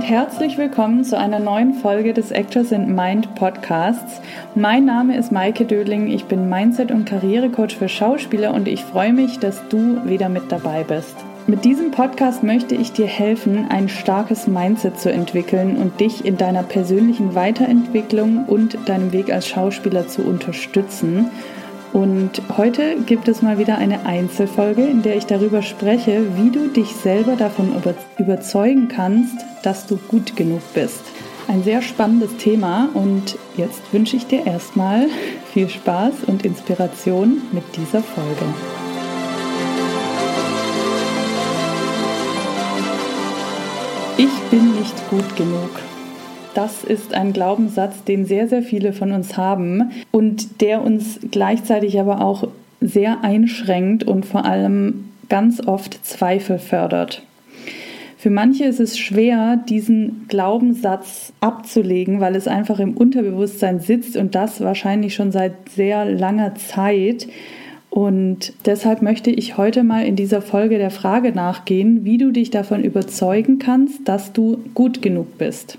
herzlich willkommen zu einer neuen Folge des Actors in Mind Podcasts. Mein Name ist Maike Dödling, ich bin Mindset- und Karrierecoach für Schauspieler und ich freue mich, dass du wieder mit dabei bist. Mit diesem Podcast möchte ich dir helfen, ein starkes Mindset zu entwickeln und dich in deiner persönlichen Weiterentwicklung und deinem Weg als Schauspieler zu unterstützen. Und heute gibt es mal wieder eine Einzelfolge, in der ich darüber spreche, wie du dich selber davon überzeugen kannst, dass du gut genug bist. Ein sehr spannendes Thema und jetzt wünsche ich dir erstmal viel Spaß und Inspiration mit dieser Folge. Ich bin nicht gut genug. Das ist ein Glaubenssatz, den sehr, sehr viele von uns haben und der uns gleichzeitig aber auch sehr einschränkt und vor allem ganz oft Zweifel fördert. Für manche ist es schwer, diesen Glaubenssatz abzulegen, weil es einfach im Unterbewusstsein sitzt und das wahrscheinlich schon seit sehr langer Zeit. Und deshalb möchte ich heute mal in dieser Folge der Frage nachgehen, wie du dich davon überzeugen kannst, dass du gut genug bist.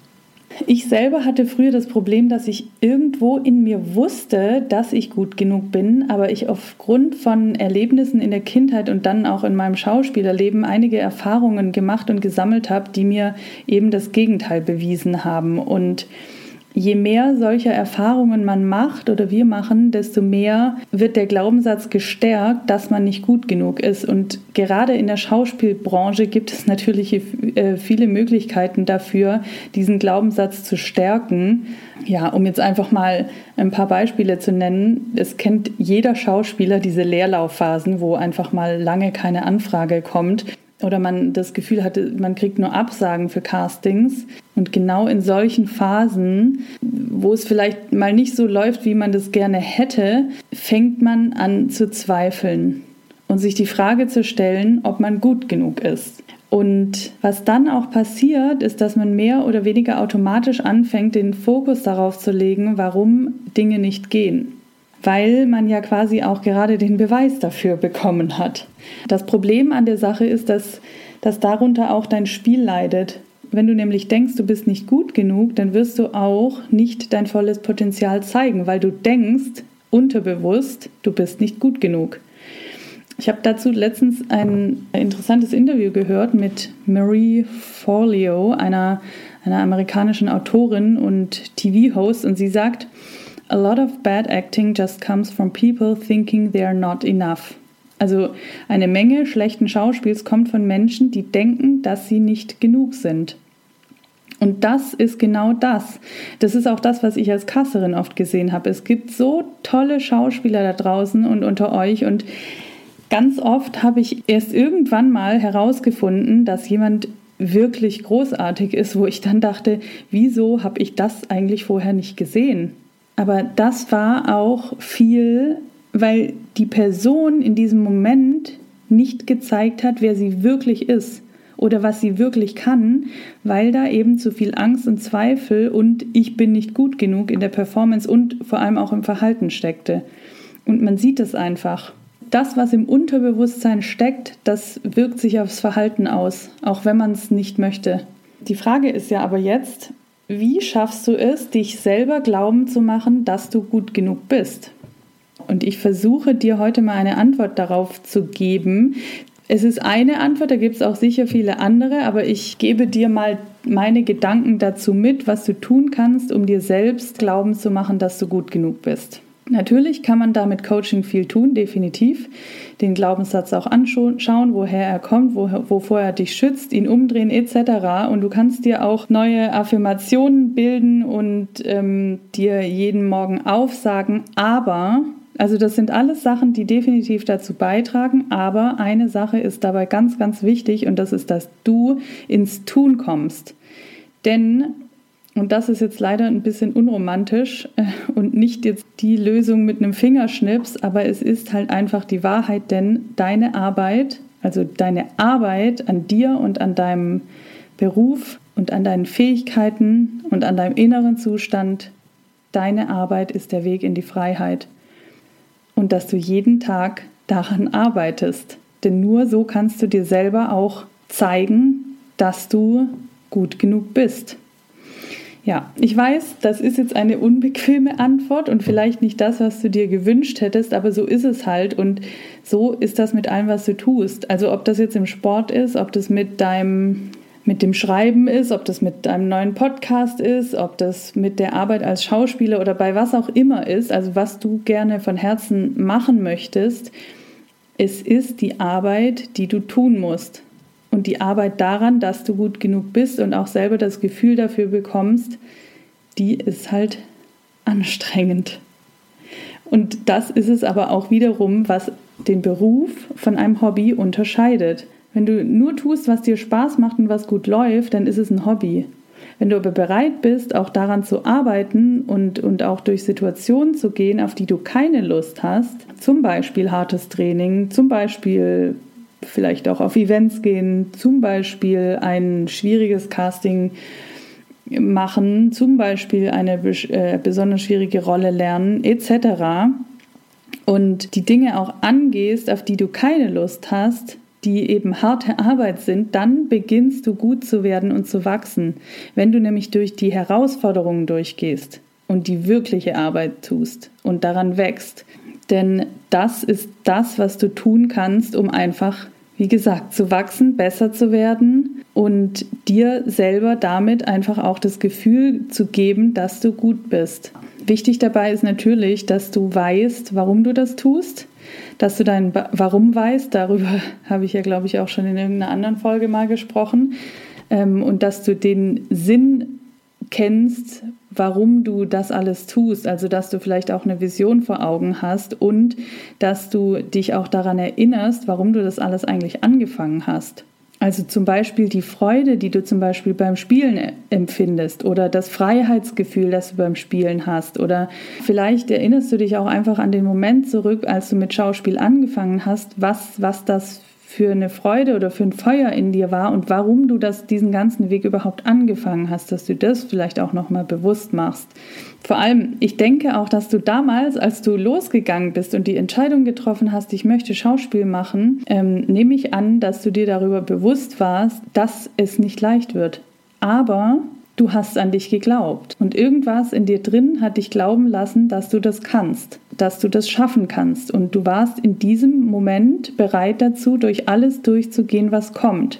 Ich selber hatte früher das Problem, dass ich irgendwo in mir wusste, dass ich gut genug bin, aber ich aufgrund von Erlebnissen in der Kindheit und dann auch in meinem Schauspielerleben einige Erfahrungen gemacht und gesammelt habe, die mir eben das Gegenteil bewiesen haben. Und je mehr solcher Erfahrungen man macht oder wir machen, desto mehr wird der Glaubenssatz gestärkt, dass man nicht gut genug ist. Und gerade in der Schauspielbranche gibt es natürlich viele Möglichkeiten dafür, diesen Glaubenssatz zu stärken. Ja, um jetzt einfach mal ein paar Beispiele zu nennen. Es kennt jeder Schauspieler diese Leerlaufphasen, wo einfach mal lange keine Anfrage kommt. Oder man das Gefühl hatte, man kriegt nur Absagen für Castings. Und genau in solchen Phasen, wo es vielleicht mal nicht so läuft, wie man das gerne hätte, fängt man an zu zweifeln und sich die Frage zu stellen, ob man gut genug ist. Und was dann auch passiert, ist, dass man mehr oder weniger automatisch anfängt, den Fokus darauf zu legen, warum Dinge nicht gehen. Weil man ja quasi auch gerade den Beweis dafür bekommen hat. Das Problem an der Sache ist, dass darunter auch dein Spiel leidet. Wenn du nämlich denkst, du bist nicht gut genug, dann wirst du auch nicht dein volles Potenzial zeigen, weil du denkst, unterbewusst, du bist nicht gut genug. Ich habe dazu letztens ein interessantes Interview gehört mit Marie Forleo, einer amerikanischen Autorin und TV-Host, und sie sagt, "A lot of bad acting just comes from people thinking they are not enough." Also eine Menge schlechten Schauspiels kommt von Menschen, die denken, dass sie nicht genug sind. Und das ist genau das. Das ist auch das, was ich als Casserin oft gesehen habe. Es gibt so tolle Schauspieler da draußen und unter euch und ganz oft habe ich erst irgendwann mal herausgefunden, dass jemand wirklich großartig ist, wo ich dann dachte, wieso habe ich das eigentlich vorher nicht gesehen? Aber das war auch viel, weil die Person in diesem Moment nicht gezeigt hat, wer sie wirklich ist oder was sie wirklich kann, weil da eben zu viel Angst und Zweifel und ich bin nicht gut genug in der Performance und vor allem auch im Verhalten steckte. Und man sieht es einfach. Das, was im Unterbewusstsein steckt, das wirkt sich aufs Verhalten aus, auch wenn man es nicht möchte. Die Frage ist ja aber jetzt, wie schaffst du es, dich selber glauben zu machen, dass du gut genug bist? Und ich versuche dir heute mal eine Antwort darauf zu geben. Es ist eine Antwort, da gibt es auch sicher viele andere, aber ich gebe dir mal meine Gedanken dazu mit, was du tun kannst, um dir selbst glauben zu machen, dass du gut genug bist. Natürlich kann man da mit Coaching viel tun, definitiv. Den Glaubenssatz auch anschauen, woher er kommt, wovor er dich schützt, ihn umdrehen etc. Und du kannst dir auch neue Affirmationen bilden und dir jeden Morgen aufsagen. Aber, also das sind alles Sachen, die definitiv dazu beitragen. Aber eine Sache ist dabei ganz, ganz wichtig und das ist, dass du ins Tun kommst. Denn und das ist jetzt leider ein bisschen unromantisch und nicht jetzt die Lösung mit einem Fingerschnips, aber es ist halt einfach die Wahrheit, denn deine Arbeit, also deine Arbeit an dir und an deinem Beruf und an deinen Fähigkeiten und an deinem inneren Zustand, deine Arbeit ist der Weg in die Freiheit. Und dass du jeden Tag daran arbeitest, denn nur so kannst du dir selber auch zeigen, dass du gut genug bist. Ja, ich weiß, das ist jetzt eine unbequeme Antwort und vielleicht nicht das, was du dir gewünscht hättest, aber so ist es halt und so ist das mit allem, was du tust. Also ob das jetzt im Sport ist, ob das mit dem Schreiben ist, ob das mit deinem neuen Podcast ist, ob das mit der Arbeit als Schauspieler oder bei was auch immer ist, also was du gerne von Herzen machen möchtest, es ist die Arbeit, die du tun musst. Und die Arbeit daran, dass du gut genug bist und auch selber das Gefühl dafür bekommst, die ist halt anstrengend. Und das ist es aber auch wiederum, was den Beruf von einem Hobby unterscheidet. Wenn du nur tust, was dir Spaß macht und was gut läuft, dann ist es ein Hobby. Wenn du aber bereit bist, auch daran zu arbeiten und auch durch Situationen zu gehen, auf die du keine Lust hast, zum Beispiel hartes Training, zum Beispiel vielleicht auch auf Events gehen, zum Beispiel ein schwieriges Casting machen, zum Beispiel eine besonders schwierige Rolle lernen, etc. Und die Dinge auch angehst, auf die du keine Lust hast, die eben harte Arbeit sind, dann beginnst du gut zu werden und zu wachsen. Wenn du nämlich durch die Herausforderungen durchgehst und die wirkliche Arbeit tust und daran wächst. Denn das ist das, was du tun kannst, um einfach, wie gesagt, zu wachsen, besser zu werden und dir selber damit einfach auch das Gefühl zu geben, dass du gut bist. Wichtig dabei ist natürlich, dass du weißt, warum du das tust, dass du dein Warum weißt, darüber habe ich ja, glaube ich, auch schon in irgendeiner anderen Folge mal gesprochen, und dass du den Sinn kennst, warum du das alles tust, also dass du vielleicht auch eine Vision vor Augen hast und dass du dich auch daran erinnerst, warum du das alles eigentlich angefangen hast. Also zum Beispiel die Freude, die du zum Beispiel beim Spielen empfindest oder das Freiheitsgefühl, das du beim Spielen hast, oder vielleicht erinnerst du dich auch einfach an den Moment zurück, als du mit Schauspiel angefangen hast, was das für eine Freude oder für ein Feuer in dir war und warum du diesen ganzen Weg überhaupt angefangen hast, dass du das vielleicht auch nochmal bewusst machst. Vor allem, ich denke auch, dass du damals, als du losgegangen bist und die Entscheidung getroffen hast, ich möchte Schauspiel machen, nehme ich an, dass du dir darüber bewusst warst, dass es nicht leicht wird. Aber du hast an dich geglaubt und irgendwas in dir drin hat dich glauben lassen, dass du das kannst, dass du das schaffen kannst und du warst in diesem Moment bereit dazu, durch alles durchzugehen, was kommt.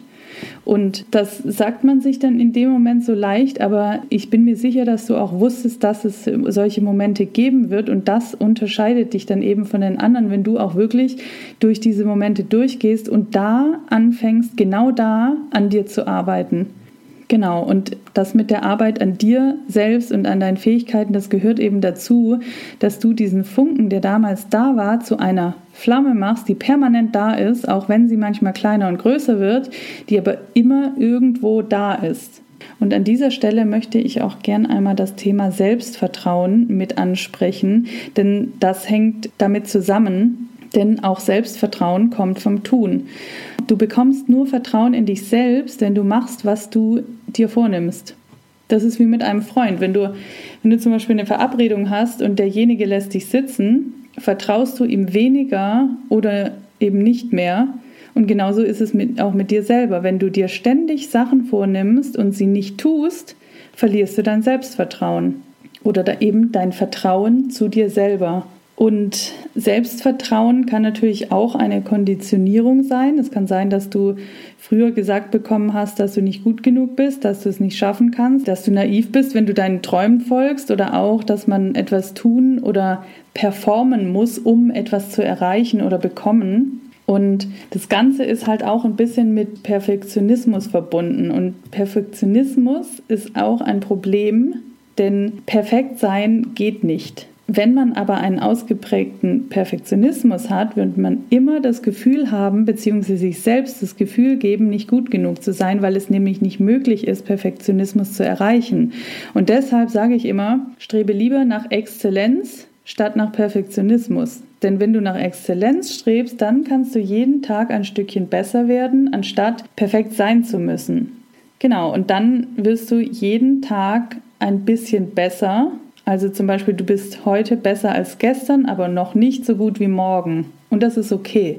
Und das sagt man sich dann in dem Moment so leicht, aber ich bin mir sicher, dass du auch wusstest, dass es solche Momente geben wird und das unterscheidet dich dann eben von den anderen, wenn du auch wirklich durch diese Momente durchgehst und da anfängst, genau da an dir zu arbeiten. Genau, und das mit der Arbeit an dir selbst und an deinen Fähigkeiten, das gehört eben dazu, dass du diesen Funken, der damals da war, zu einer Flamme machst, die permanent da ist, auch wenn sie manchmal kleiner und größer wird, die aber immer irgendwo da ist. Und an dieser Stelle möchte ich auch gern einmal das Thema Selbstvertrauen mit ansprechen, denn das hängt damit zusammen, denn auch Selbstvertrauen kommt vom Tun. Du bekommst nur Vertrauen in dich selbst, wenn du machst, was du dir vornimmst. Das ist wie mit einem Freund. Wenn du zum Beispiel eine Verabredung hast und derjenige lässt dich sitzen, vertraust du ihm weniger oder eben nicht mehr. Und genauso ist es auch mit dir selber. Wenn du dir ständig Sachen vornimmst und sie nicht tust, verlierst du dein Selbstvertrauen oder eben dein Vertrauen zu dir selber. Und Selbstvertrauen kann natürlich auch eine Konditionierung sein. Es kann sein, dass du früher gesagt bekommen hast, dass du nicht gut genug bist, dass du es nicht schaffen kannst, dass du naiv bist, wenn du deinen Träumen folgst oder auch, dass man etwas tun oder performen muss, um etwas zu erreichen oder bekommen. Und das Ganze ist halt auch ein bisschen mit Perfektionismus verbunden. Und Perfektionismus ist auch ein Problem, denn perfekt sein geht nicht. Wenn man aber einen ausgeprägten Perfektionismus hat, wird man immer das Gefühl haben, beziehungsweise sich selbst das Gefühl geben, nicht gut genug zu sein, weil es nämlich nicht möglich ist, Perfektionismus zu erreichen. Und deshalb sage ich immer, strebe lieber nach Exzellenz statt nach Perfektionismus. Denn wenn du nach Exzellenz strebst, dann kannst du jeden Tag ein Stückchen besser werden, anstatt perfekt sein zu müssen. Genau, und dann wirst du jeden Tag ein bisschen besser. Also zum Beispiel, du bist heute besser als gestern, aber noch nicht so gut wie morgen. Und das ist okay.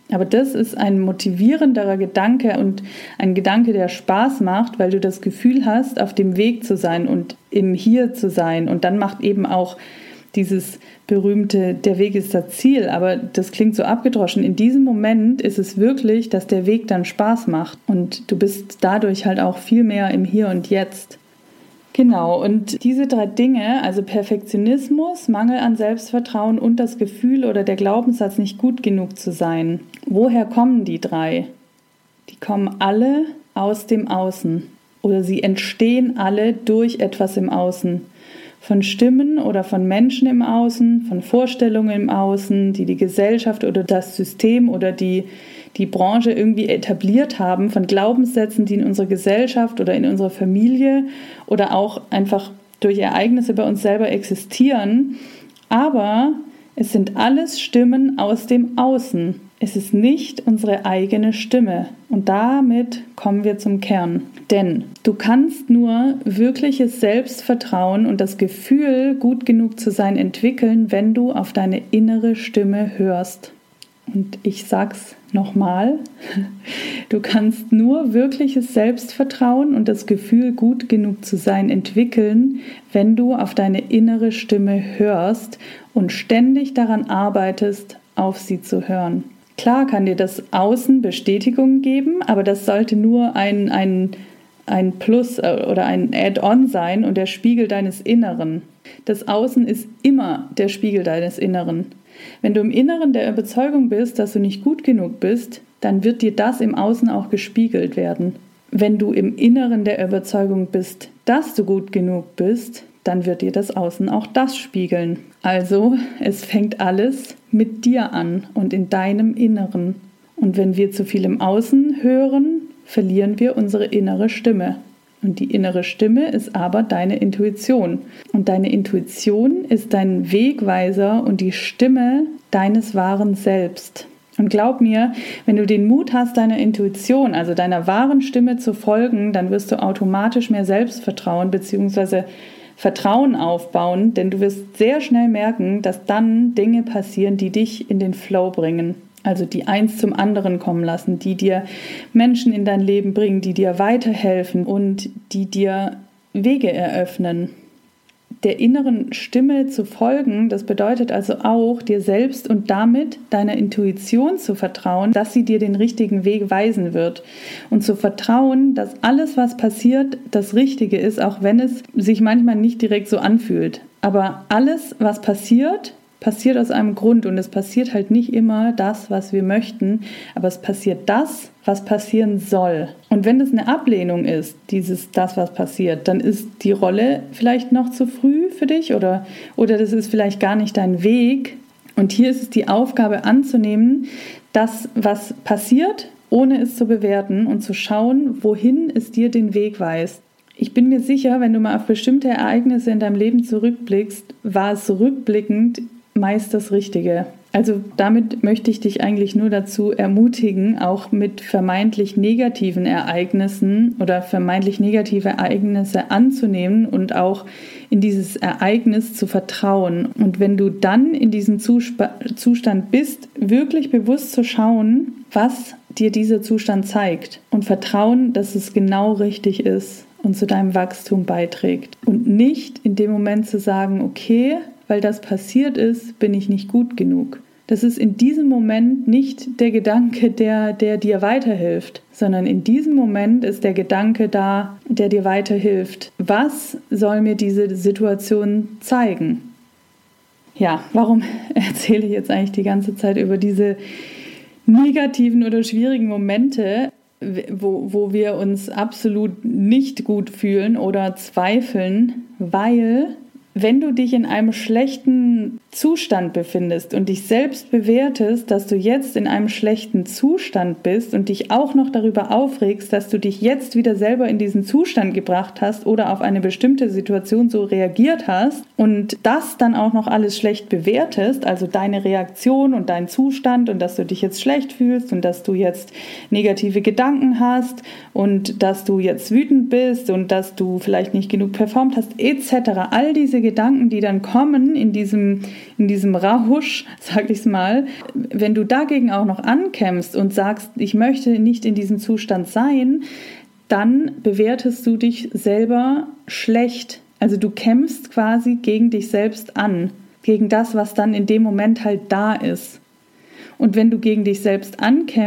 Aber das ist ein motivierenderer Gedanke und ein Gedanke, der Spaß macht, weil du das Gefühl hast, auf dem Weg zu sein und im Hier zu sein. Und dann macht eben auch dieses berühmte, der Weg ist das Ziel, aber das klingt so abgedroschen. In diesem Moment ist es wirklich, dass der Weg dann Spaß macht und du bist dadurch halt auch viel mehr im Hier und Jetzt. Genau, und diese 3 Dinge, also Perfektionismus, Mangel an Selbstvertrauen und das Gefühl oder der Glaubenssatz, nicht gut genug zu sein. Woher kommen die 3? Die kommen alle aus dem Außen oder sie entstehen alle durch etwas im Außen. Von Stimmen oder von Menschen im Außen, von Vorstellungen im Außen, die die Gesellschaft oder das System oder die Branche irgendwie etabliert haben, von Glaubenssätzen, die in unserer Gesellschaft oder in unserer Familie oder auch einfach durch Ereignisse bei uns selber existieren. Aber es sind alles Stimmen aus dem Außen. Es ist nicht unsere eigene Stimme. Und damit kommen wir zum Kern. Denn du kannst nur wirkliches Selbstvertrauen und das Gefühl, gut genug zu sein, entwickeln, wenn du auf deine innere Stimme hörst. Und ich sag's nochmal, du kannst nur wirkliches Selbstvertrauen und das Gefühl, gut genug zu sein, entwickeln, wenn du auf deine innere Stimme hörst und ständig daran arbeitest, auf sie zu hören. Klar kann dir das Außen Bestätigung geben, aber das sollte nur ein Plus oder ein Add-on sein und der Spiegel deines Inneren. Das Außen ist immer der Spiegel deines Inneren. Wenn du im Inneren der Überzeugung bist, dass du nicht gut genug bist, dann wird dir das im Außen auch gespiegelt werden. Wenn du im Inneren der Überzeugung bist, dass du gut genug bist, dann wird dir das Außen auch das spiegeln. Also, es fängt alles mit dir an und in deinem Inneren. Und wenn wir zu viel im Außen hören, verlieren wir unsere innere Stimme. Und die innere Stimme ist aber deine Intuition. Und deine Intuition ist dein Wegweiser und die Stimme deines wahren Selbst. Und glaub mir, wenn du den Mut hast, deiner Intuition, also deiner wahren Stimme zu folgen, dann wirst du automatisch mehr Selbstvertrauen bzw. Vertrauen aufbauen, denn du wirst sehr schnell merken, dass dann Dinge passieren, die dich in den Flow bringen. Also die eins zum anderen kommen lassen, die dir Menschen in dein Leben bringen, die dir weiterhelfen und die dir Wege eröffnen. Der inneren Stimme zu folgen, das bedeutet also auch, dir selbst und damit deiner Intuition zu vertrauen, dass sie dir den richtigen Weg weisen wird. Und zu vertrauen, dass alles, was passiert, das Richtige ist, auch wenn es sich manchmal nicht direkt so anfühlt. Aber alles, was passiert aus einem Grund und es passiert halt nicht immer das, was wir möchten, aber es passiert das, was passieren soll. Und wenn das eine Ablehnung ist, das, was passiert, dann ist die Rolle vielleicht noch zu früh für dich oder das ist vielleicht gar nicht dein Weg. Und hier ist es die Aufgabe anzunehmen, das, was passiert, ohne es zu bewerten und zu schauen, wohin es dir den Weg weist. Ich bin mir sicher, wenn du mal auf bestimmte Ereignisse in deinem Leben zurückblickst, war es rückblickend meist das Richtige. Also damit möchte ich dich eigentlich nur dazu ermutigen, auch mit vermeintlich negativen Ereignissen oder vermeintlich negative Ereignisse anzunehmen und auch in dieses Ereignis zu vertrauen. Und wenn du dann in diesem Zustand bist, wirklich bewusst zu schauen, was dir dieser Zustand zeigt und vertrauen, dass es genau richtig ist und zu deinem Wachstum beiträgt. Und nicht in dem Moment zu sagen, okay, weil das passiert ist, bin ich nicht gut genug. Das ist in diesem Moment nicht der Gedanke, der dir weiterhilft, sondern in diesem Moment ist der Gedanke da, der dir weiterhilft. Was soll mir diese Situation zeigen? Ja, warum erzähle ich jetzt eigentlich die ganze Zeit über diese negativen oder schwierigen Momente, wo wir uns absolut nicht gut fühlen oder zweifeln? Weil wenn du dich in einem schlechten Zustand befindest und dich selbst bewertest, dass du jetzt in einem schlechten Zustand bist und dich auch noch darüber aufregst, dass du dich jetzt wieder selber in diesen Zustand gebracht hast oder auf eine bestimmte Situation so reagiert hast und das dann auch noch alles schlecht bewertest, also deine Reaktion und dein Zustand und dass du dich jetzt schlecht fühlst und dass du jetzt negative Gedanken hast und dass du jetzt wütend bist und dass du vielleicht nicht genug performt hast, etc. All diese diese Gedanken, die dann kommen in diesem Rausch, sag ich's mal, wenn du dagegen auch noch ankämpfst und sagst, ich möchte nicht in diesem Zustand sein, dann bewertest du dich selber schlecht. Also du kämpfst quasi gegen dich selbst an, gegen das, was dann in dem Moment halt da ist. Und wenn du gegen dich selbst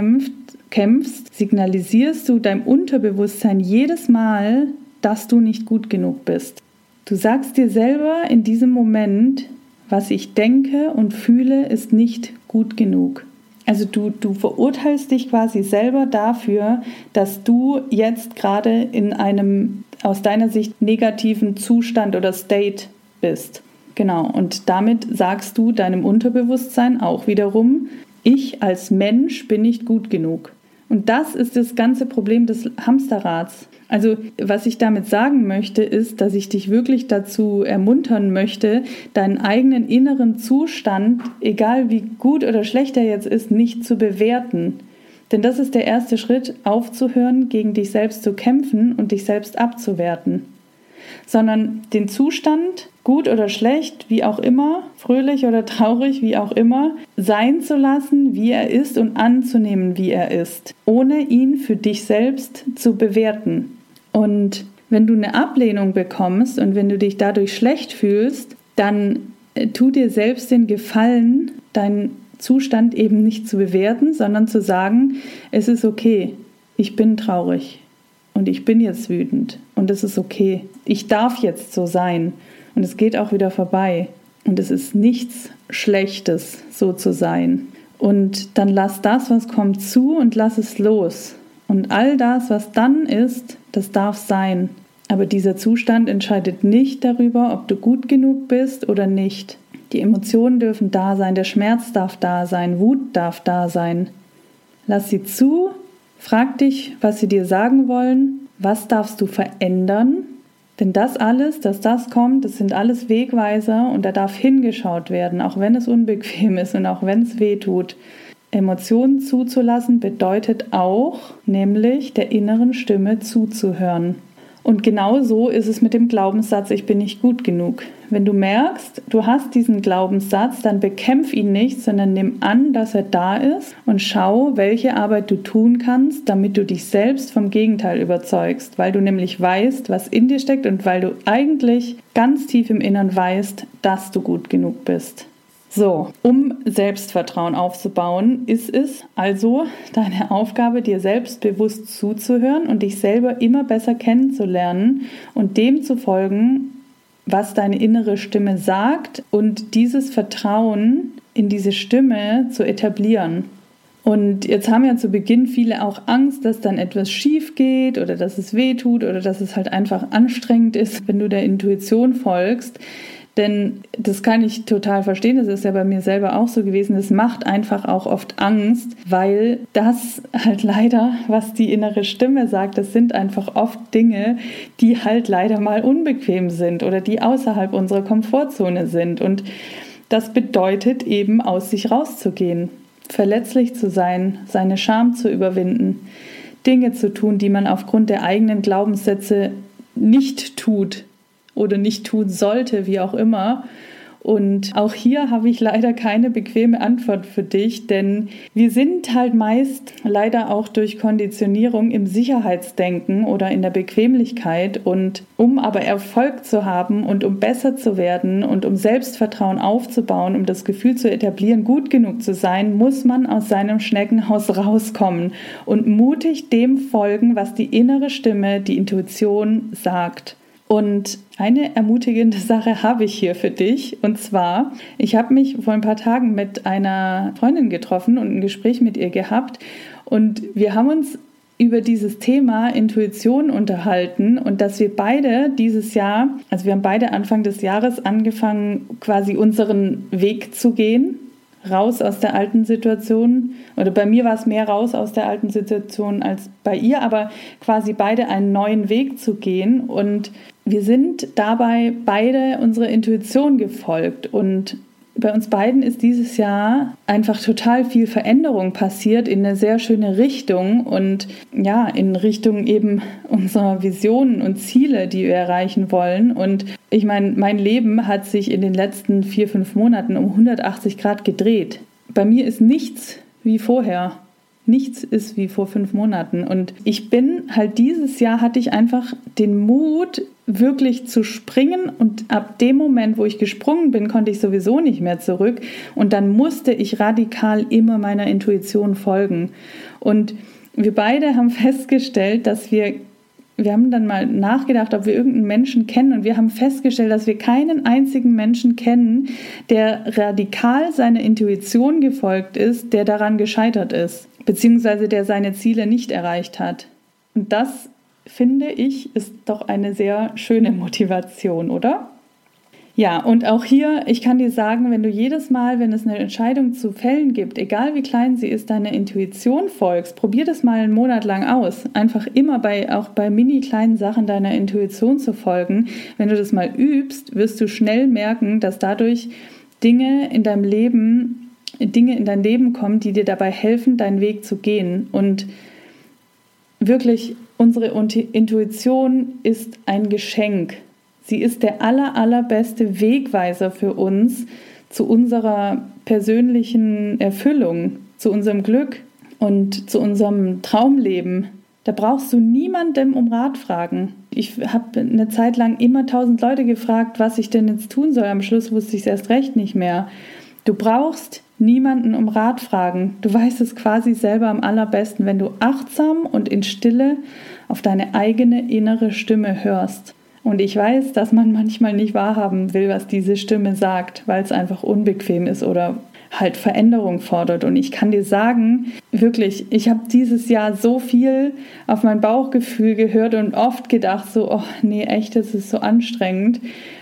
kämpfst, signalisierst du deinem Unterbewusstsein jedes Mal, dass du nicht gut genug bist. Du sagst dir selber in diesem Moment, was ich denke und fühle, ist nicht gut genug. Also du verurteilst dich quasi selber dafür, dass du jetzt gerade in einem aus deiner Sicht negativen Zustand oder State bist. Genau, und damit sagst du deinem Unterbewusstsein auch wiederum, ich als Mensch bin nicht gut genug. Und das ist das ganze Problem des Hamsterrads. Also was ich damit sagen möchte, ist, dass ich dich wirklich dazu ermuntern möchte, deinen eigenen inneren Zustand, egal wie gut oder schlecht er jetzt ist, nicht zu bewerten. Denn das ist der erste Schritt, aufzuhören, gegen dich selbst zu kämpfen und dich selbst abzuwerten. Sondern den Zustand, gut oder schlecht, wie auch immer, fröhlich oder traurig, wie auch immer, sein zu lassen, wie er ist und anzunehmen, wie er ist, ohne ihn für dich selbst zu bewerten. Und wenn du eine Ablehnung bekommst und wenn du dich dadurch schlecht fühlst, dann tu dir selbst den Gefallen, deinen Zustand eben nicht zu bewerten, sondern zu sagen, es ist okay, ich bin traurig und ich bin jetzt wütend und es ist okay, ich darf jetzt so sein und es geht auch wieder vorbei und es ist nichts Schlechtes, so zu sein. Und dann lass das, was kommt, zu und lass es los. Und all das, was dann ist, das darf sein. Aber dieser Zustand entscheidet nicht darüber, ob du gut genug bist oder nicht. Die Emotionen dürfen da sein, der Schmerz darf da sein, Wut darf da sein. Lass sie zu, frag dich, was sie dir sagen wollen, was darfst du verändern? Denn das alles, dass das kommt, das sind alles Wegweiser und da darf hingeschaut werden, auch wenn es unbequem ist und auch wenn es weh tut. Emotionen zuzulassen bedeutet auch, nämlich der inneren Stimme zuzuhören. Und genau so ist es mit dem Glaubenssatz, ich bin nicht gut genug. Wenn du merkst, du hast diesen Glaubenssatz, dann bekämpf ihn nicht, sondern nimm an, dass er da ist und schau, welche Arbeit du tun kannst, damit du dich selbst vom Gegenteil überzeugst, weil du nämlich weißt, was in dir steckt und weil du eigentlich ganz tief im Innern weißt, dass du gut genug bist. So, um Selbstvertrauen aufzubauen, ist es also deine Aufgabe, dir selbstbewusst zuzuhören und dich selber immer besser kennenzulernen und dem zu folgen, was deine innere Stimme sagt und dieses Vertrauen in diese Stimme zu etablieren. Und jetzt haben ja zu Beginn viele auch Angst, dass dann etwas schief geht oder dass es weh tut oder dass es halt einfach anstrengend ist, wenn du der Intuition folgst. Denn das kann ich total verstehen, das ist ja bei mir selber auch so gewesen, das macht einfach auch oft Angst, weil das halt leider, was die innere Stimme sagt, das sind einfach oft Dinge, die halt leider mal unbequem sind oder die außerhalb unserer Komfortzone sind. Und das bedeutet eben, aus sich rauszugehen, verletzlich zu sein, seine Scham zu überwinden, Dinge zu tun, die man aufgrund der eigenen Glaubenssätze nicht tut oder nicht tun sollte, wie auch immer. Und auch hier habe ich leider keine bequeme Antwort für dich, denn wir sind halt meist leider auch durch Konditionierung im Sicherheitsdenken oder in der Bequemlichkeit. Und um aber Erfolg zu haben und um besser zu werden und um Selbstvertrauen aufzubauen, um das Gefühl zu etablieren, gut genug zu sein, muss man aus seinem Schneckenhaus rauskommen und mutig dem folgen, was die innere Stimme, die Intuition sagt. Und eine ermutigende Sache habe ich hier für dich. Und zwar, ich habe mich vor ein paar Tagen mit einer Freundin getroffen und ein Gespräch mit ihr gehabt. Und wir haben uns über dieses Thema Intuition unterhalten und dass wir beide dieses Jahr, also wir haben beide Anfang des Jahres angefangen, quasi unseren Weg zu gehen. Raus aus der alten Situation, oder bei mir war es mehr raus aus der alten Situation als bei ihr, aber quasi beide einen neuen Weg zu gehen und wir sind dabei beide unserer Intuition gefolgt und bei uns beiden ist dieses Jahr einfach total viel Veränderung passiert in eine sehr schöne Richtung und ja, in Richtung eben unserer Visionen und Ziele, die wir erreichen wollen. Und ich meine, mein Leben hat sich in den letzten 4-5 Monaten um 180 Grad gedreht. Bei mir ist nichts wie vorher. Nichts ist wie vor 5 Monaten. Und ich bin halt dieses Jahr hatte ich einfach den Mut, wirklich zu springen. Und ab dem Moment, wo ich gesprungen bin, konnte ich sowieso nicht mehr zurück. Und dann musste ich radikal immer meiner Intuition folgen. Und wir beide haben festgestellt, dass wir haben dann mal nachgedacht, ob wir irgendeinen Menschen kennen. Und wir haben festgestellt, dass wir keinen einzigen Menschen kennen, der radikal seiner Intuition gefolgt ist, der daran gescheitert ist. Beziehungsweise der seine Ziele nicht erreicht hat. Und das, finde ich, ist doch eine sehr schöne Motivation, oder? Ja, und auch hier, ich kann dir sagen, wenn du jedes Mal, wenn es eine Entscheidung zu fällen gibt, egal wie klein sie ist, deiner Intuition folgst, probier das mal einen Monat lang aus. Einfach immer auch bei mini kleinen Sachen deiner Intuition zu folgen. Wenn du das mal übst, wirst du schnell merken, dass dadurch Dinge in dein Leben kommen, die dir dabei helfen, deinen Weg zu gehen. Und wirklich, unsere Intuition ist ein Geschenk. Sie ist der allerbeste Wegweiser für uns zu unserer persönlichen Erfüllung, zu unserem Glück und zu unserem Traumleben. Da brauchst du niemandem um Rat fragen. Ich habe eine Zeit lang immer 1000 Leute gefragt, was ich denn jetzt tun soll. Am Schluss wusste ich es erst recht nicht mehr. Du brauchst niemanden um Rat fragen. Du weißt es quasi selber am allerbesten, wenn du achtsam und in Stille auf deine eigene innere Stimme hörst. Und ich weiß, dass man manchmal nicht wahrhaben will, was diese Stimme sagt, weil es einfach unbequem ist oder halt Veränderung fordert. Und ich kann dir sagen, wirklich, ich habe dieses Jahr so viel auf mein Bauchgefühl gehört und oft gedacht so, oh nee, echt, das ist so anstrengend.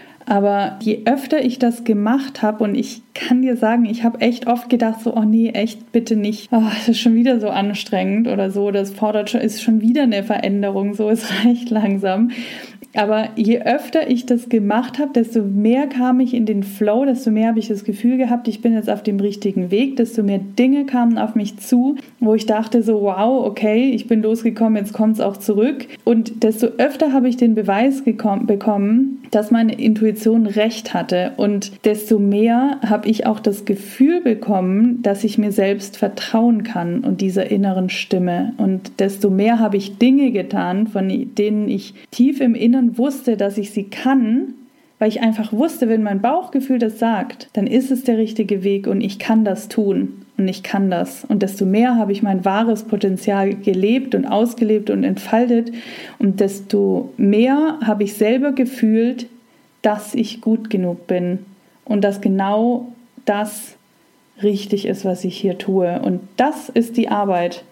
Aber je öfter ich das gemacht habe, und ich kann dir sagen, ich habe echt oft gedacht so, oh nee, echt, bitte nicht. Oh, das ist schon wieder so anstrengend oder so, ist schon wieder eine Veränderung, so, es reicht langsam. Aber je öfter ich das gemacht habe, desto mehr kam ich in den Flow, desto mehr habe ich das Gefühl gehabt, ich bin jetzt auf dem richtigen Weg, desto mehr Dinge kamen auf mich zu, wo ich dachte so, wow, okay, ich bin losgekommen, jetzt kommt es auch zurück. Und desto öfter habe ich den Beweis bekommen, dass meine Intuition recht hatte. Und desto mehr habe ich auch das Gefühl bekommen, dass ich mir selbst vertrauen kann und dieser inneren Stimme. Und desto mehr habe ich Dinge getan, von denen ich tief im Inneren wusste, dass ich sie kann, weil ich einfach wusste, wenn mein Bauchgefühl das sagt, dann ist es der richtige Weg und ich kann das tun und ich kann das. Und desto mehr habe ich mein wahres Potenzial gelebt und ausgelebt und entfaltet und desto mehr habe ich selber gefühlt, dass ich gut genug bin und dass genau das richtig ist, was ich hier tue. Und das ist die Arbeit.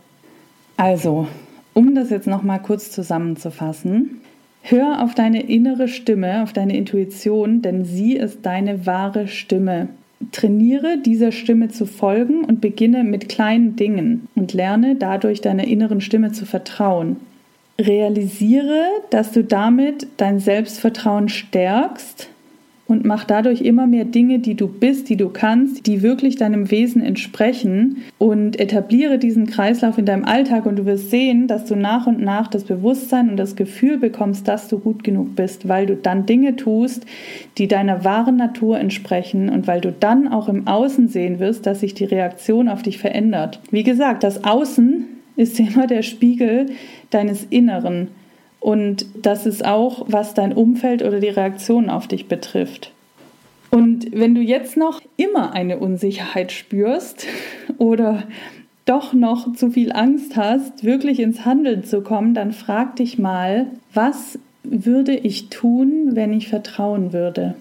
Also, um das jetzt nochmal kurz zusammenzufassen: Hör auf deine innere Stimme, auf deine Intuition, denn sie ist deine wahre Stimme. Trainiere dieser Stimme zu folgen und beginne mit kleinen Dingen und lerne dadurch deiner inneren Stimme zu vertrauen. Realisiere, dass du damit dein Selbstvertrauen stärkst und mach dadurch immer mehr Dinge, die du bist, die du kannst, die wirklich deinem Wesen entsprechen, und etabliere diesen Kreislauf in deinem Alltag und du wirst sehen, dass du nach und nach das Bewusstsein und das Gefühl bekommst, dass du gut genug bist, weil du dann Dinge tust, die deiner wahren Natur entsprechen und weil du dann auch im Außen sehen wirst, dass sich die Reaktion auf dich verändert. Wie gesagt, das Außen ist immer der Spiegel deines Inneren. Und das ist auch, was dein Umfeld oder die Reaktion auf dich betrifft. Und wenn du jetzt noch immer eine Unsicherheit spürst oder doch noch zu viel Angst hast, wirklich ins Handeln zu kommen, dann frag dich mal, was würde ich tun, wenn ich vertrauen würde?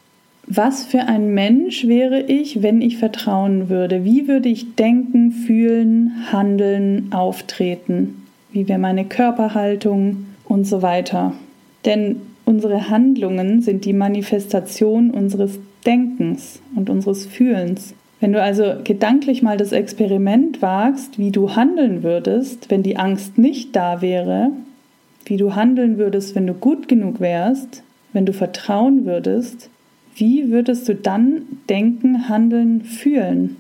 Was für ein Mensch wäre ich, wenn ich vertrauen würde? Wie würde ich denken, fühlen, handeln, auftreten? Wie wäre meine Körperhaltung? Und so weiter. Denn unsere Handlungen sind die Manifestation unseres Denkens und unseres Fühlens. Wenn du also gedanklich mal das Experiment wagst, wie du handeln würdest, wenn die Angst nicht da wäre, wie du handeln würdest, wenn du gut genug wärst, wenn du vertrauen würdest, wie würdest du dann denken, handeln, fühlen?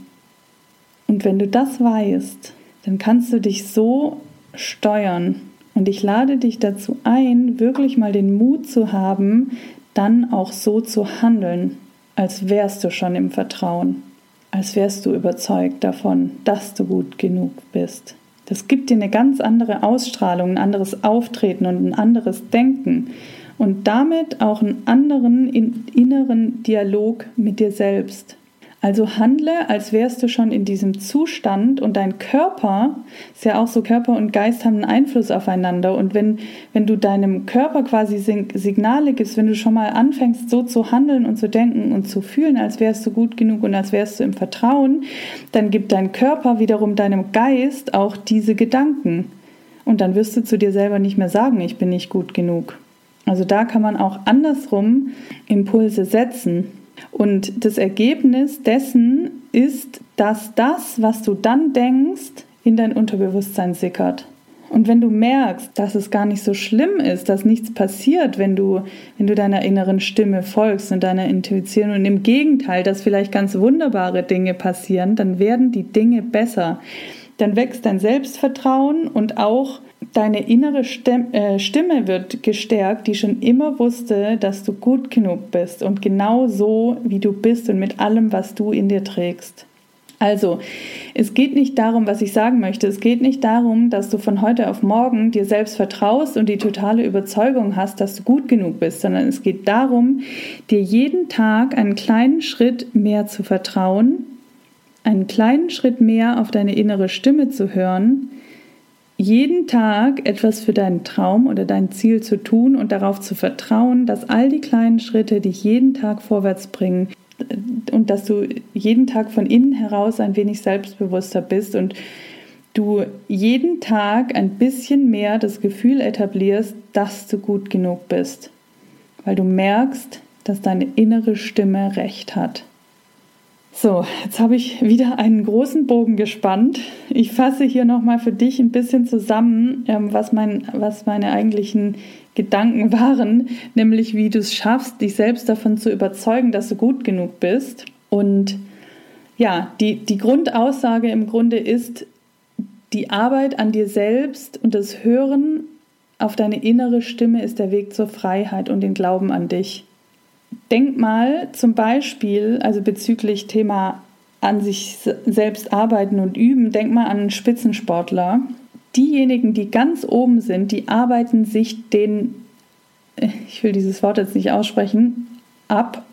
Und wenn du das weißt, dann kannst du dich so steuern. Und ich lade dich dazu ein, wirklich mal den Mut zu haben, dann auch so zu handeln, als wärst du schon im Vertrauen, als wärst du überzeugt davon, dass du gut genug bist. Das gibt dir eine ganz andere Ausstrahlung, ein anderes Auftreten und ein anderes Denken und damit auch einen anderen inneren Dialog mit dir selbst. Also handle, als wärst du schon in diesem Zustand und dein Körper, ist ja auch so, Körper und Geist haben einen Einfluss aufeinander und wenn du deinem Körper quasi Signale gibst, wenn du schon mal anfängst so zu handeln und zu denken und zu fühlen, als wärst du gut genug und als wärst du im Vertrauen, dann gibt dein Körper wiederum deinem Geist auch diese Gedanken und dann wirst du zu dir selber nicht mehr sagen, ich bin nicht gut genug. Also da kann man auch andersrum Impulse setzen. Und das Ergebnis dessen ist, dass das, was du dann denkst, in dein Unterbewusstsein sickert. Und wenn du merkst, dass es gar nicht so schlimm ist, dass nichts passiert, wenn du deiner inneren Stimme folgst und deiner Intuition und im Gegenteil, dass vielleicht ganz wunderbare Dinge passieren, dann werden die Dinge besser. Dann wächst dein Selbstvertrauen und auch deine innere Stimme wird gestärkt, die schon immer wusste, dass du gut genug bist und genau so, wie du bist und mit allem, was du in dir trägst. Also, es geht nicht darum, was ich sagen möchte, es geht nicht darum, dass du von heute auf morgen dir selbst vertraust und die totale Überzeugung hast, dass du gut genug bist, sondern es geht darum, dir jeden Tag einen kleinen Schritt mehr zu vertrauen, einen kleinen Schritt mehr auf deine innere Stimme zu hören, jeden Tag etwas für deinen Traum oder dein Ziel zu tun und darauf zu vertrauen, dass all die kleinen Schritte dich jeden Tag vorwärts bringen und dass du jeden Tag von innen heraus ein wenig selbstbewusster bist und du jeden Tag ein bisschen mehr das Gefühl etablierst, dass du gut genug bist, weil du merkst, dass deine innere Stimme recht hat. So, jetzt habe ich wieder einen großen Bogen gespannt. Ich fasse hier nochmal für dich ein bisschen zusammen, was meine eigentlichen Gedanken waren, nämlich wie du es schaffst, dich selbst davon zu überzeugen, dass du gut genug bist. Und ja, die Grundaussage im Grunde ist, die Arbeit an dir selbst und das Hören auf deine innere Stimme ist der Weg zur Freiheit und den Glauben an dich. Denk mal zum Beispiel, also bezüglich Thema an sich selbst arbeiten und üben, denk mal an einen Spitzensportler. Diejenigen, die ganz oben sind, die arbeiten sich ich will dieses Wort jetzt nicht aussprechen, ab.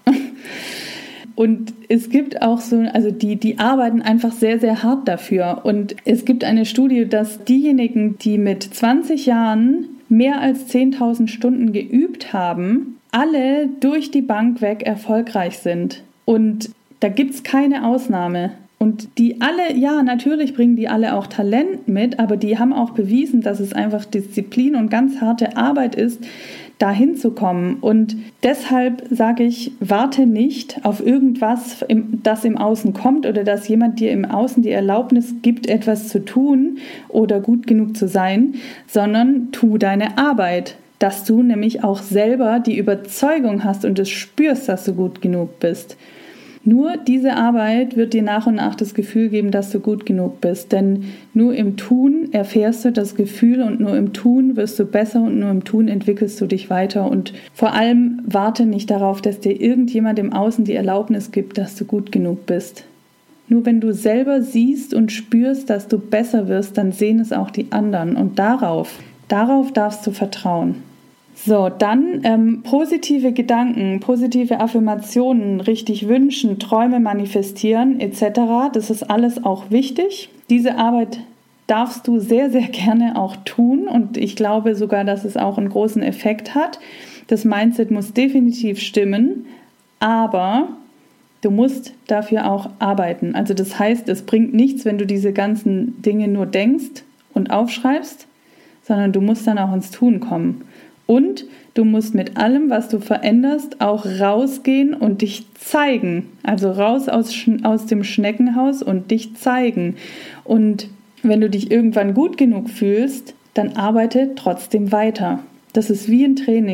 Und es gibt auch so, also die arbeiten einfach sehr, sehr hart dafür. Und es gibt eine Studie, dass diejenigen, die mit 20 Jahren mehr als 10.000 Stunden geübt haben, alle durch die Bank weg erfolgreich sind. Und da gibt es keine Ausnahme. Und die alle, ja, natürlich bringen die alle auch Talent mit, aber die haben auch bewiesen, dass es einfach Disziplin und ganz harte Arbeit ist, da hinzukommen. Und deshalb sage ich, warte nicht auf irgendwas, das im Außen kommt oder dass jemand dir im Außen die Erlaubnis gibt, etwas zu tun oder gut genug zu sein, sondern tu deine Arbeit. Dass du nämlich auch selber die Überzeugung hast und es spürst, dass du gut genug bist. Nur diese Arbeit wird dir nach und nach das Gefühl geben, dass du gut genug bist. Denn nur im Tun erfährst du das Gefühl und nur im Tun wirst du besser und nur im Tun entwickelst du dich weiter. Und vor allem warte nicht darauf, dass dir irgendjemand im Außen die Erlaubnis gibt, dass du gut genug bist. Nur wenn du selber siehst und spürst, dass du besser wirst, dann sehen es auch die anderen. Und darauf darfst du vertrauen. So, dann positive Gedanken, positive Affirmationen, richtig wünschen, Träume manifestieren etc. Das ist alles auch wichtig. Diese Arbeit darfst du sehr, sehr gerne auch tun und ich glaube sogar, dass es auch einen großen Effekt hat. Das Mindset muss definitiv stimmen, aber du musst dafür auch arbeiten. Also das heißt, es bringt nichts, wenn du diese ganzen Dinge nur denkst und aufschreibst, sondern du musst dann auch ins Tun kommen. Und du musst mit allem, was du veränderst, auch rausgehen und dich zeigen. Also raus aus dem Schneckenhaus und dich zeigen. Und wenn du dich irgendwann gut genug fühlst, dann arbeite trotzdem weiter. Das ist wie ein Training.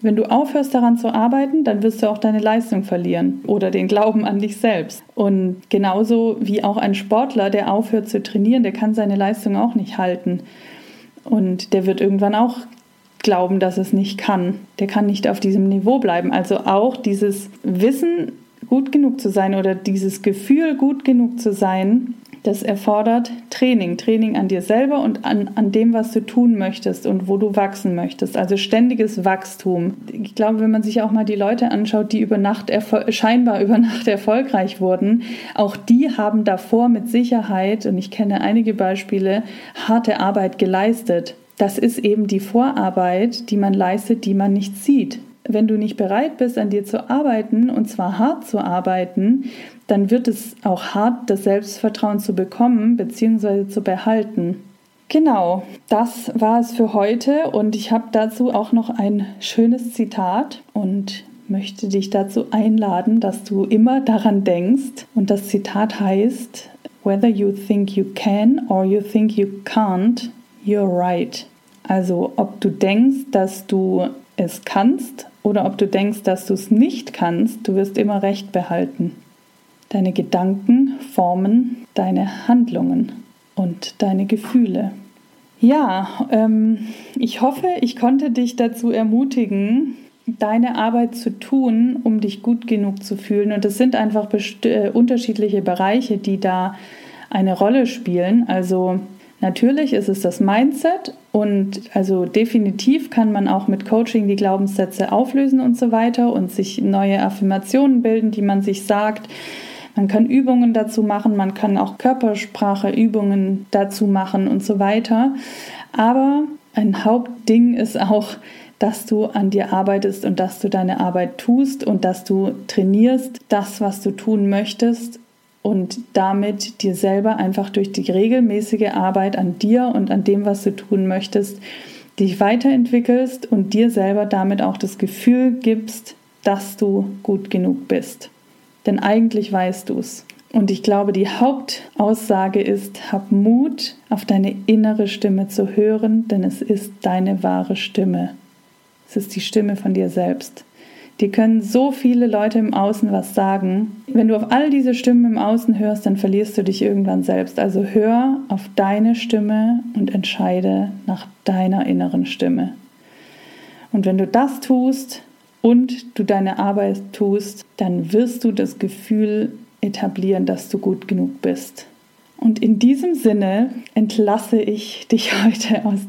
Wenn du aufhörst daran zu arbeiten, dann wirst du auch deine Leistung verlieren oder den Glauben an dich selbst. Und genauso wie auch ein Sportler, der aufhört zu trainieren, der kann seine Leistung auch nicht halten. Und der wird irgendwann auch glauben, dass es nicht kann. Der kann nicht auf diesem Niveau bleiben. Also auch dieses Wissen, gut genug zu sein oder dieses Gefühl, gut genug zu sein, das erfordert Training. Training an dir selber und an dem, was du tun möchtest und wo du wachsen möchtest. Also ständiges Wachstum. Ich glaube, wenn man sich auch mal die Leute anschaut, die scheinbar über Nacht erfolgreich wurden, auch die haben davor mit Sicherheit, und ich kenne einige Beispiele, harte Arbeit geleistet. Das ist eben die Vorarbeit, die man leistet, die man nicht sieht. Wenn du nicht bereit bist, an dir zu arbeiten, und zwar hart zu arbeiten, dann wird es auch hart, das Selbstvertrauen zu bekommen bzw. zu behalten. Genau, das war es für heute und ich habe dazu auch noch ein schönes Zitat und möchte dich dazu einladen, dass du immer daran denkst. Und das Zitat heißt: Whether you think you can or you think you can't, you're right. Also ob du denkst, dass du es kannst oder ob du denkst, dass du es nicht kannst, du wirst immer Recht behalten. Deine Gedanken formen deine Handlungen und deine Gefühle. Ja, ich hoffe, ich konnte dich dazu ermutigen, deine Arbeit zu tun, um dich gut genug zu fühlen. Und es sind einfach unterschiedliche Bereiche, die da eine Rolle spielen. Also natürlich ist es das Mindset und also definitiv kann man auch mit Coaching die Glaubenssätze auflösen und so weiter und sich neue Affirmationen bilden, die man sich sagt. Man kann Übungen dazu machen, man kann auch Körperspracheübungen dazu machen und so weiter. Aber ein Hauptding ist auch, dass du an dir arbeitest und dass du deine Arbeit tust und dass du trainierst, das, was du tun möchtest und damit dir selber einfach durch die regelmäßige Arbeit an dir und an dem, was du tun möchtest, dich weiterentwickelst und dir selber damit auch das Gefühl gibst, dass du gut genug bist. Denn eigentlich weißt du es. Und ich glaube, die Hauptaussage ist: Hab Mut, auf deine innere Stimme zu hören, denn es ist deine wahre Stimme. Es ist die Stimme von dir selbst. Dir können so viele Leute im Außen was sagen. Wenn du auf all diese Stimmen im Außen hörst, dann verlierst du dich irgendwann selbst. Also hör auf deine Stimme und entscheide nach deiner inneren Stimme. Und wenn du das tust und du deine Arbeit tust, dann wirst du das Gefühl etablieren, dass du gut genug bist. Und in diesem Sinne entlasse ich dich heute aus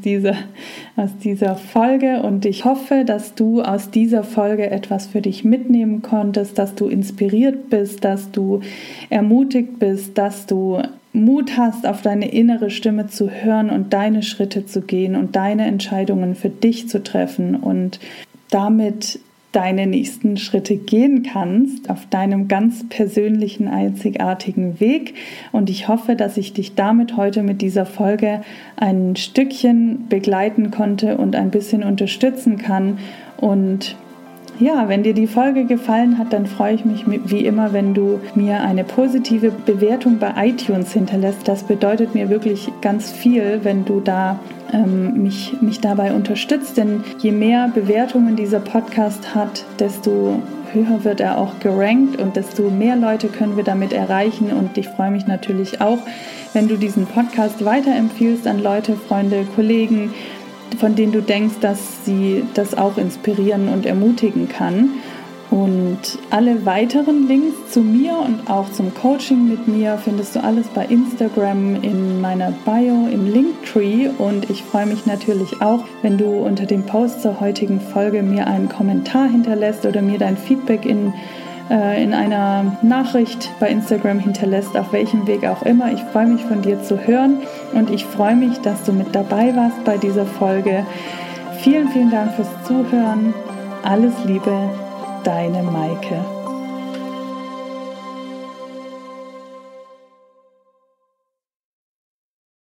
dieser Folge und ich hoffe, dass du aus dieser Folge etwas für dich mitnehmen konntest, dass du inspiriert bist, dass du ermutigt bist, dass du Mut hast, auf deine innere Stimme zu hören und deine Schritte zu gehen und deine Entscheidungen für dich zu treffen und damit deine nächsten Schritte gehen kannst auf deinem ganz persönlichen, einzigartigen Weg. Und ich hoffe, dass ich dich damit heute mit dieser Folge ein Stückchen begleiten konnte und ein bisschen unterstützen kann. Und ja, wenn dir die Folge gefallen hat, dann freue ich mich wie immer, wenn du mir eine positive Bewertung bei iTunes hinterlässt. Das bedeutet mir wirklich ganz viel, wenn du da mich dabei unterstützt. Denn je mehr Bewertungen dieser Podcast hat, desto höher wird er auch gerankt und desto mehr Leute können wir damit erreichen. Und ich freue mich natürlich auch, wenn du diesen Podcast weiterempfiehlst an Leute, Freunde, Kollegen, von denen du denkst, dass sie das auch inspirieren und ermutigen kann. Und alle weiteren Links zu mir und auch zum Coaching mit mir findest du alles bei Instagram in meiner Bio im Linktree. Und ich freue mich natürlich auch, wenn du unter dem Post zur heutigen Folge mir einen Kommentar hinterlässt oder mir dein Feedback in einer Nachricht bei Instagram hinterlässt, auf welchem Weg auch immer. Ich freue mich, von dir zu hören und ich freue mich, dass du mit dabei warst bei dieser Folge. Vielen, vielen Dank fürs Zuhören. Alles Liebe, deine Maike.